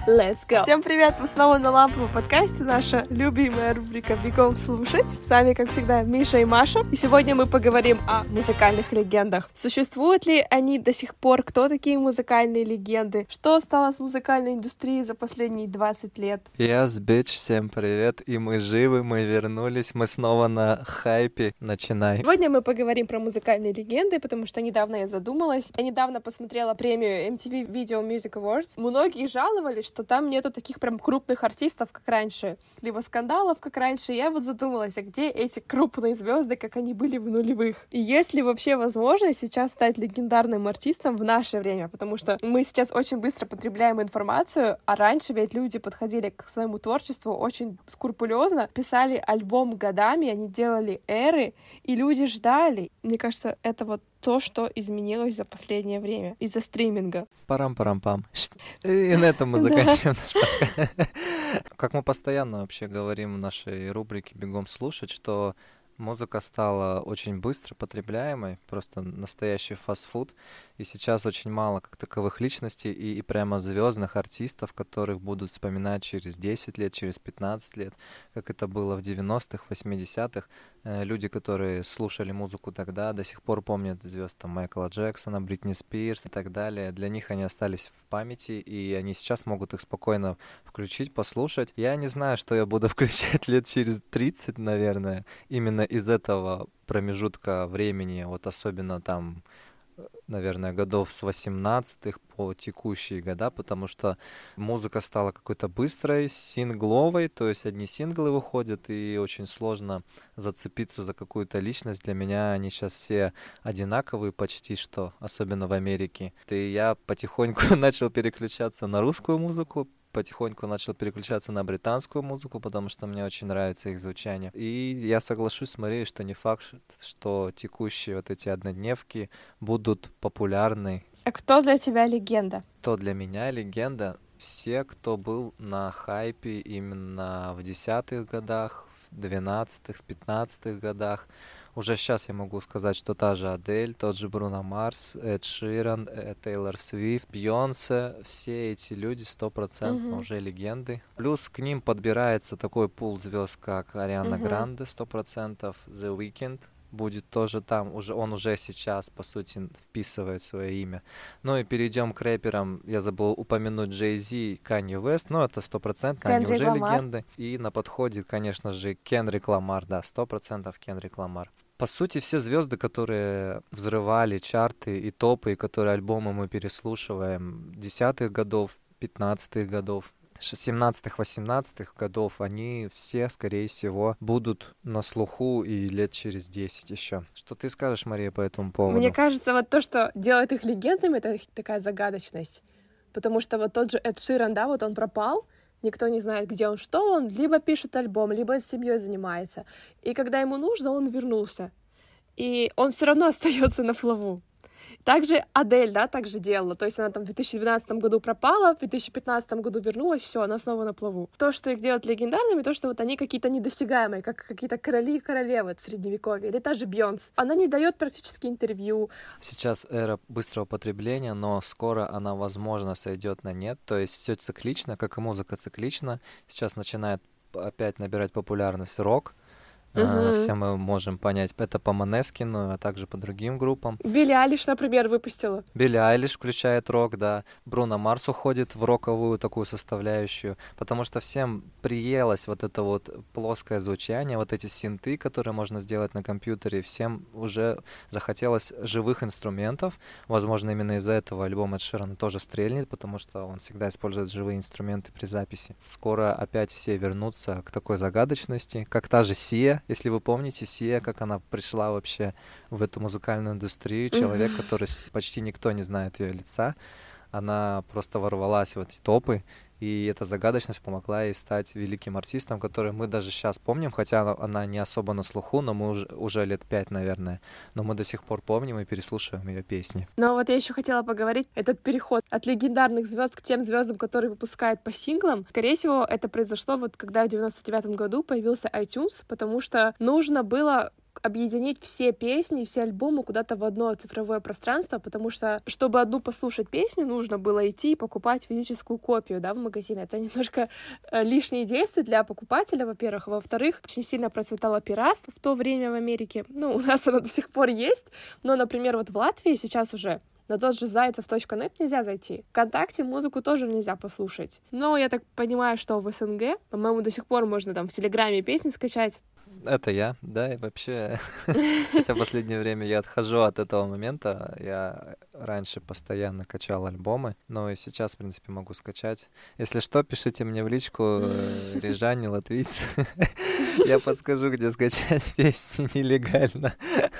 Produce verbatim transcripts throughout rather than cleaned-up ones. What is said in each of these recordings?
Let's go! Всем привет! Мы снова на ламповом подкасте. Наша любимая рубрика «Бегом слушать». С вами, как всегда, Миша и Маша. И сегодня мы поговорим о музыкальных легендах. Существуют ли они до сих пор? Кто такие музыкальные легенды? Что стало с музыкальной индустрией за последние двадцать лет? Yes, bitch, всем привет. И мы живы, мы вернулись. Мы снова на хайпе. Начинай. Сегодня мы поговорим про музыкальные легенды, потому что недавно я задумалась. Я недавно посмотрела премию эм ти ви Video Music Awards. Многие жаловались, что там нету таких прям крупных артистов, как раньше, либо скандалов, как раньше. Я вот задумалась, а где эти крупные звезды, как они были в нулевых? И есть ли вообще возможно сейчас стать легендарным артистом в наше время? Потому что мы сейчас очень быстро потребляем информацию, а раньше ведь люди подходили к своему творчеству очень скрупулезно, писали альбом годами, они делали эры, и люди ждали. Мне кажется, это вот то, что изменилось за последнее время из-за стриминга. Парам-парам-пам. И на этом мы заканчиваем наш подкаст. Как мы постоянно вообще говорим в нашей рубрике «Бегом слушать», что музыка стала очень быстро потребляемой, просто настоящий фастфуд, и сейчас очень мало как таковых личностей и, и прямо звездных артистов, которых будут вспоминать через десять лет, через пятнадцать лет, как это было в девяностых, восьмидесятых. Э, люди, которые слушали музыку тогда, до сих пор помнят звезд там, Майкла Джексона, Бритни Спирс и так далее. Для них они остались в памяти, и они сейчас могут их спокойно включить, послушать. Я не знаю, что я буду включать лет через тридцать, наверное, именно из этого промежутка времени, вот особенно там, наверное, годов с восемнадцатых по текущие года, потому что музыка стала какой-то быстрой, сингловой, то есть одни синглы выходят, и очень сложно зацепиться за какую-то личность. Для меня они сейчас все одинаковые почти что, особенно в Америке. И я потихоньку начал переключаться на русскую музыку, потихоньку начал переключаться на британскую музыку, потому что мне очень нравится их звучание. И я соглашусь с Марией, что не факт, что текущие вот эти однодневки будут популярны. А кто для тебя легенда? Кто для меня легенда? Все, кто был на хайпе именно в десятых годах, в двенадцатых, в пятнадцатых годах. Уже сейчас я могу сказать, что та же Адель, тот же Бруно Марс, Эд Ширан, Тейлор Свифт, Бейонсе, все эти люди стопроцентно Мгм. уже легенды. Плюс к ним подбирается такой пул звезд, как Ариана Мгм. Гранде, сто процентов, The Weeknd будет тоже там, уже он уже сейчас, по сути, вписывает свое имя. Ну и перейдем к рэперам. Я забыл упомянуть Джей Зи и Канье Уэст, но это стопроцентно, они Кендрик уже Ламар. легенды. И на подходе, конечно же, Кендрик Ламар, да, сто процентов Кендрик Ламар. По сути, все звезды, которые взрывали чарты и топы, и которые альбомы мы переслушиваем десятых годов, пятнадцатых годов, семнадцатых-восемнадцатых годов, они все, скорее всего, будут на слуху и лет через десять еще. Что ты скажешь, Мария, по этому поводу? Мне кажется, вот то, что делает их легендами, это их такая загадочность. Потому что вот тот же Эд Ширан, да, вот он пропал, никто не знает, где он, что он, либо пишет альбом, либо с семьей занимается. И когда ему нужно, он вернулся. И он все равно остается на плаву. Также Адель, да, так же делала. То есть она там в две тысячи двенадцатом году пропала, в две тысячи пятнадцатом году вернулась, все, она снова на плаву. То, что их делает легендарными, то, что вот они какие-то недосягаемые, как какие-то короли и королевы в Средневековье. Или та же Бейонсе. Она не дает практически интервью. Сейчас эра быстрого потребления, но скоро она, возможно, сойдет на нет. То есть все циклично, как и музыка циклична. Сейчас начинает опять набирать популярность рок. Uh, все мы можем понять, это по Måneskin, а также по другим группам. Билли Айлиш, например, выпустила. Билли Айлиш включает рок, да. Бруно Марс уходит в роковую такую составляющую, потому что всем приелось вот это вот плоское звучание, вот эти синты, которые можно сделать на компьютере. Всем уже захотелось живых инструментов. Возможно, именно из-за этого альбом Эд Ширана тоже стрельнет, потому что он всегда использует живые инструменты при записи. Скоро опять все вернутся к такой загадочности, как та же Сия. Если вы помните, Сия, как она пришла вообще в эту музыкальную индустрию, человек, который почти никто не знает ее лица, она просто ворвалась в эти топы, и эта загадочность помогла ей стать великим артистом, который мы даже сейчас помним, хотя она, она не особо на слуху, но мы уже, уже лет пять, наверное, но мы до сих пор помним и переслушиваем ее песни. Но вот я еще хотела поговорить, этот переход от легендарных звезд к тем звездам, которые выпускают по синглам, скорее всего, это произошло вот когда в девяносто девятом году появился iTunes, потому что нужно было объединить все песни, все альбомы куда-то в одно цифровое пространство, потому что, чтобы одну послушать песню, нужно было идти и покупать физическую копию, да, в магазине. Это немножко лишние действия для покупателя, во-первых. А во-вторых, очень сильно процветало пиратство в то время в Америке. Ну, у нас оно до сих пор есть, но, например, вот в Латвии сейчас уже на тот же зайцев точка нет нельзя зайти. ВКонтакте музыку тоже нельзя послушать. Но я так понимаю, что в СНГ, по-моему, до сих пор можно там в Телеграме песни скачать. Это я, да, и вообще, хотя в последнее время я отхожу от этого момента, я раньше постоянно качал альбомы, но и сейчас, в принципе, могу скачать. Если что, пишите мне в личку, рижане, латвийцы, я подскажу, где скачать песни нелегально.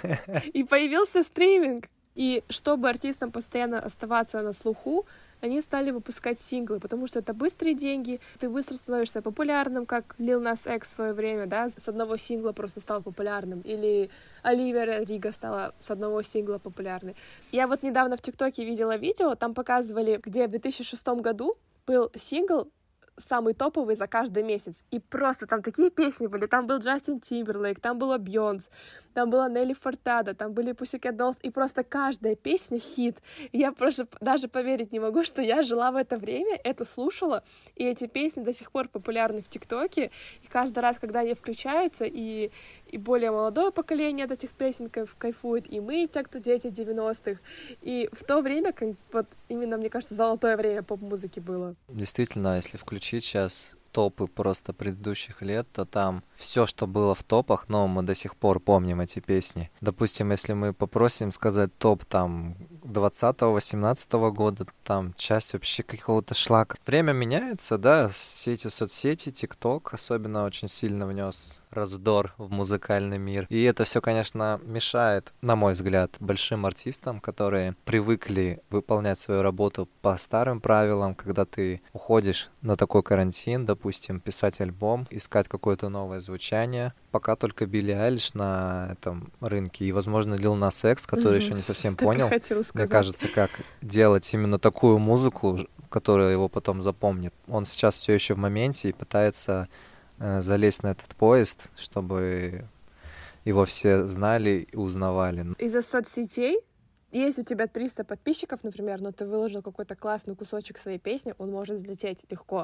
И появился стриминг. И чтобы артистам постоянно оставаться на слуху, они стали выпускать синглы, потому что это быстрые деньги, ты быстро становишься популярным, как Lil Nas X в свое время, да, с одного сингла просто стал популярным, или Оливия Родриго стала с одного сингла популярной. Я вот недавно в ТикТоке видела видео, там показывали, где в две тысячи шестом году был сингл самый топовый за каждый месяц. И просто там такие песни были. Там был Джастин Тимберлейк, там была Бейонсе, там была Нелли Фуртадо, там были Pussycat Dolls, и просто каждая песня хит. И я просто даже поверить не могу, что я жила в это время, это слушала, и эти песни до сих пор популярны в ТикТоке, и каждый раз, когда они включаются, и, и более молодое поколение от этих песен кайфует, и мы, те, кто дети девяностых, и в то время, как, вот именно, мне кажется, золотое время поп-музыки было. Действительно, если включить сейчас топы просто предыдущих лет, то там все, что было в топах, но мы до сих пор помним эти песни. Допустим, если мы попросим сказать топ там двадцатого-восемнадцатого года, там часть вообще какого-то шлака. Время меняется, да, все эти соцсети, ТикТок особенно очень сильно внес раздор в музыкальный мир. И это все, конечно, мешает, на мой взгляд, большим артистам, которые привыкли выполнять свою работу по старым правилам, когда ты уходишь на такой карантин, допустим, писать альбом, искать какое-то новое звучание. Пока только Билли Айлиш на этом рынке. И, возможно, Lil Nas X, который mm-hmm. еще не совсем понял, мне кажется, как делать именно такую музыку, которая его потом запомнит. Он сейчас все еще в моменте и пытается э, залезть на этот поезд, чтобы его все знали и узнавали. Из-за соцсетей? Если у тебя триста подписчиков, например, но ты выложил какой-то классный кусочек своей песни, он может взлететь легко.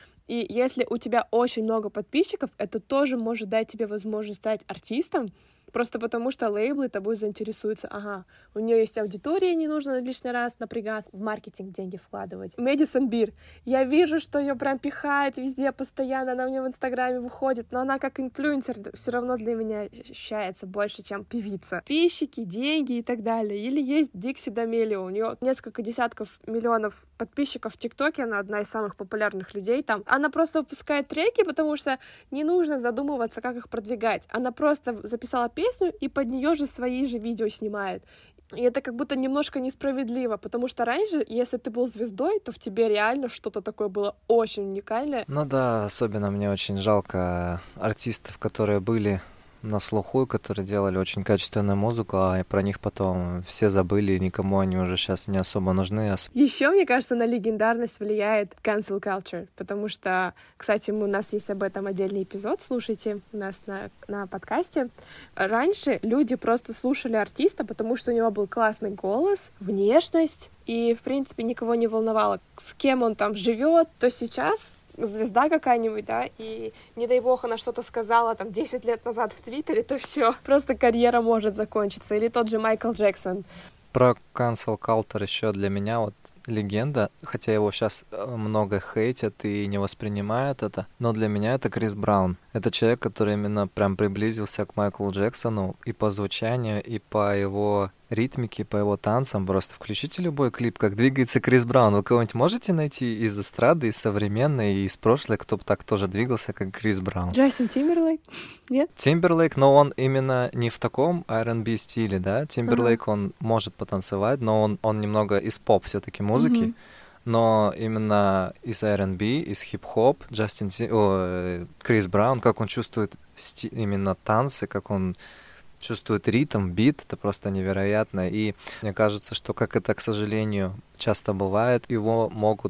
И если у тебя очень много подписчиков, это тоже может дать тебе возможность стать артистом, просто потому что лейблы тобой заинтересуются. Ага, у нее есть аудитория, не нужно лишний раз напрягаться, в маркетинг деньги вкладывать. Мэдисон Бир. Я вижу, что ее прям пихает везде постоянно, она мне в Инстаграме выходит, но она как инфлюенсер все равно для меня ощущается больше, чем певица. Подписчики, деньги и так далее. Или есть Дикси Дамелио, у нее несколько десятков миллионов подписчиков в ТикТоке, она одна из самых популярных людей там. Она просто выпускает треки, потому что не нужно задумываться, как их продвигать. Она просто записала песню и под нее же свои же видео снимает. И это как будто немножко несправедливо, потому что раньше, если ты был звездой, то в тебе реально что-то такое было очень уникальное. Ну да, особенно мне очень жалко артистов, которые были на слуху, которые делали очень качественную музыку, а про них потом все забыли, и никому они уже сейчас не особо нужны. Еще, мне кажется, на легендарность влияет cancel culture, потому что, кстати, у нас есть об этом отдельный эпизод, слушайте у нас на, на подкасте. Раньше люди просто слушали артиста, потому что у него был классный голос, внешность, и, в принципе, никого не волновало, с кем он там живет. То сейчас звезда какая-нибудь, да, и не дай бог она что-то сказала там десять лет назад в Твиттере, то все, просто карьера может закончиться. Или тот же Майкл Джексон. Про cancel culture еще для меня вот легенда, хотя его сейчас много хейтят и не воспринимают это, но для меня это Крис Браун. Это человек, который именно прям приблизился к Майклу Джексону и по звучанию, и по его ритмике, по его танцам. Просто включите любой клип, как двигается Крис Браун. Вы кого-нибудь можете найти из эстрады, из современной, и из прошлой, кто бы так тоже двигался, как Крис Браун? Джастин Тимберлейк? Нет? Тимберлейк, но он именно не в таком ар энд би стиле, да? Тимберлейк, uh-huh. он может потанцевать, но он, он немного из поп все-таки музыки. Uh-huh. Но именно из ар энд би, из хип-хоп, Джастин Ти... О, Крис Браун, как он чувствует сти... именно танцы, как он чувствует ритм, бит, это просто невероятно. И мне кажется, что, как это, к сожалению, часто бывает, его могут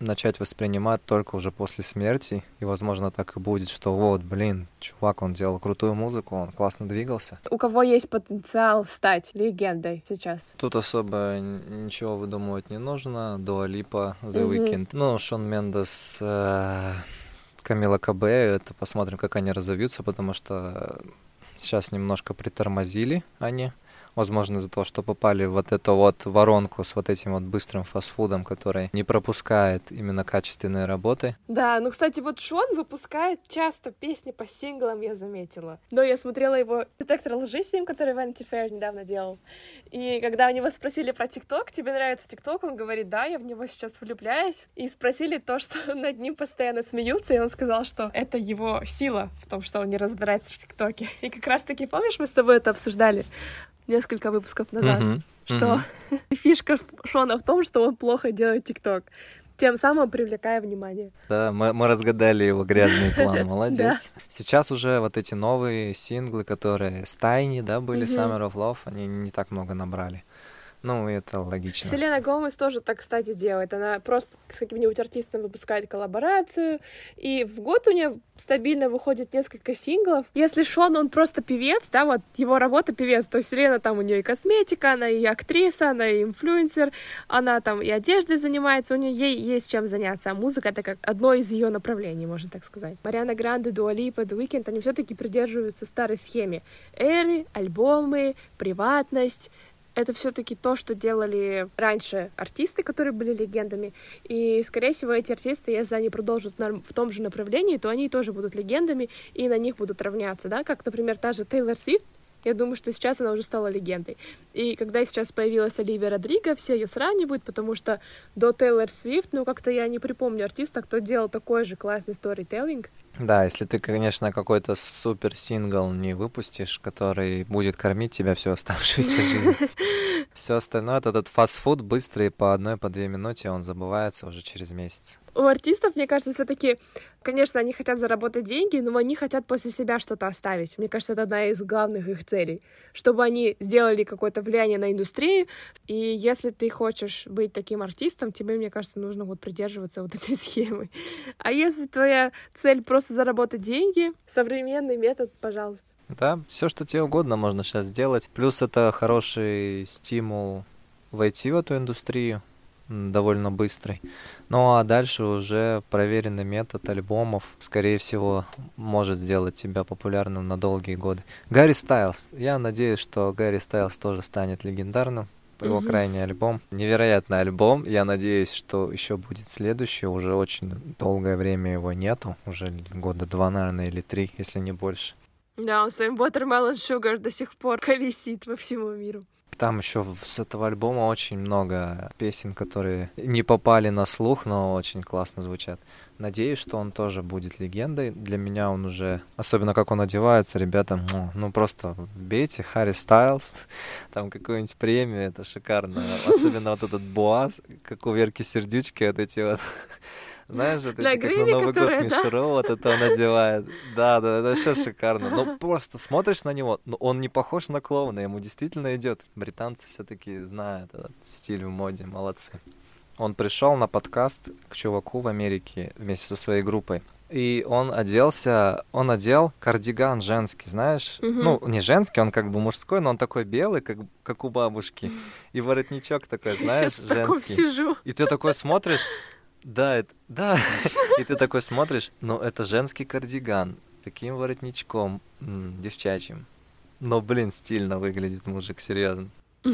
начать воспринимать только уже после смерти. И, возможно, так и будет, что вот, блин, чувак, он делал крутую музыку, он классно двигался. У кого есть потенциал стать легендой сейчас? Тут особо ничего выдумывать не нужно. Дуа Липа, The Weeknd. Ну, Шон Мендес, э, Камила Кабе, это посмотрим, как они разовьются, потому что сейчас немножко притормозили они. Возможно, из-за того, что попали в вот эту вот воронку с вот этим вот быстрым фастфудом, который не пропускает именно качественные работы. Да, ну, кстати, вот Шон выпускает часто песни по синглам, я заметила. Но я смотрела его «Детектор лжи» с ним, который Vanity Fair недавно делал. И когда у него спросили про ТикТок, тебе нравится ТикТок, он говорит, да, я в него сейчас влюбляюсь. И спросили то, что над ним постоянно смеются, и он сказал, что это его сила в том, что он не разбирается в ТикТоке. И как раз-таки, помнишь, мы с тобой это обсуждали несколько выпусков назад, uh-huh. что uh-huh. фишка Шона в том, что он плохо делает ТикТок, тем самым привлекая внимание. Да, мы, мы разгадали его грязный план, молодец. Сейчас уже вот эти новые синглы, которые с Tiny, да, были, Summer of Love, они не так много набрали. Ну, это логично. Селена Гомес тоже так, кстати, делает. Она просто с каким-нибудь артистом выпускает коллаборацию, и в год у нее стабильно выходит несколько синглов. Если Шон, он просто певец, да, вот его работа певец, то Селена там у нее и косметика, она и актриса, она и инфлюенсер, она там и одеждой занимается, у нее ей есть чем заняться, а музыка — это как одно из ее направлений, можно так сказать. Мариана Гранде, Дуа Липа, The Weeknd, они все-таки придерживаются старой схеме. Эры, альбомы, приватность — это все-таки то, что делали раньше артисты, которые были легендами. И, скорее всего, эти артисты, если они продолжат в том же направлении, то они тоже будут легендами, и на них будут равняться, да, как, например, та же Тейлор Свифт. Я думаю, что сейчас она уже стала легендой. И когда сейчас появилась Оливия Родриго, все ее сравнивают, потому что до Тейлор Свифт, ну, как-то я не припомню артиста, кто делал такой же классный сторителлинг. Да, если ты, конечно, какой-то супер сингл не выпустишь, который будет кормить тебя всю оставшуюся жизнь. Все остальное, этот фастфуд быстрый, по одной, по две минуты, он забывается уже через месяц. У артистов, мне кажется, все-таки, конечно, они хотят заработать деньги, но они хотят после себя что-то оставить. Мне кажется, это одна из главных их целей, чтобы они сделали какое-то влияние на индустрию. И если ты хочешь быть таким артистом, тебе, мне кажется, нужно вот придерживаться вот этой схемы. А если твоя цель просто заработать деньги, современный метод, пожалуйста. Да, все, что тебе угодно, можно сейчас сделать. Плюс это хороший стимул войти в эту индустрию, довольно быстрый. Ну а дальше уже проверенный метод альбомов, скорее всего, может сделать тебя популярным на долгие годы. Гарри Стайлз. Я надеюсь, что Гарри Стайлз тоже станет легендарным. Его mm-hmm. крайний альбом. Невероятный альбом. Я надеюсь, что еще будет следующий. Уже очень долгое время его нету. Уже года два, наверное, или три, если не больше. Да, он своим Watermelon Sugar до сих пор колесит по всему миру. Там еще с этого альбома очень много песен, которые не попали на слух, но очень классно звучат. Надеюсь, что он тоже будет легендой. Для меня он уже, особенно как он одевается, ребята, ну просто бейте Харри Стайлз, там какую-нибудь премию, это шикарно. Особенно вот этот боаз, как у Верки Сердючки, вот эти вот... Знаешь, вот эти, как на Новый год Мишеро, вот это он одевает. Да, да, это вообще шикарно. Ну, просто смотришь на него, но он не похож на клоуна, ему действительно идет. Британцы все-таки знают этот стиль в моде, молодцы. Он пришел на подкаст к чуваку в Америке вместе со своей группой. И он оделся, он одел кардиган женский, знаешь? Mm-hmm. Ну, не женский, он как бы мужской, но он такой белый, как, как у бабушки. И воротничок такой, знаешь, сейчас женский. Сижу. И ты такой смотришь, да, это, да, и ты такой смотришь, но это женский кардиган, таким воротничком, м, девчачьим. Но, блин, стильно выглядит мужик, серьезно.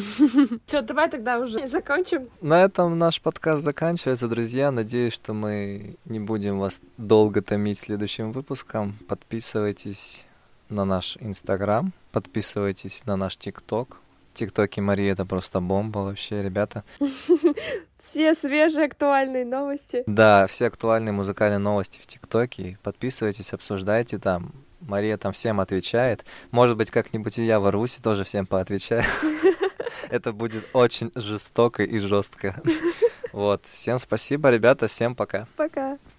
Все, давай тогда уже закончим. На этом наш подкаст заканчивается, друзья. Надеюсь, что мы не будем вас долго томить следующим выпуском. Подписывайтесь на наш Инстаграм, подписывайтесь на наш ТикТок. ТикТоки Марии — это просто бомба вообще, ребята. Все свежие актуальные новости. Да, все актуальные музыкальные новости в ТикТоке. Подписывайтесь, обсуждайте там. Мария там всем отвечает. Может быть, как-нибудь и я ворвусь и тоже всем поотвечаю. Это будет очень жестоко и жестко. Вот. Всем спасибо, ребята. Всем пока. Пока.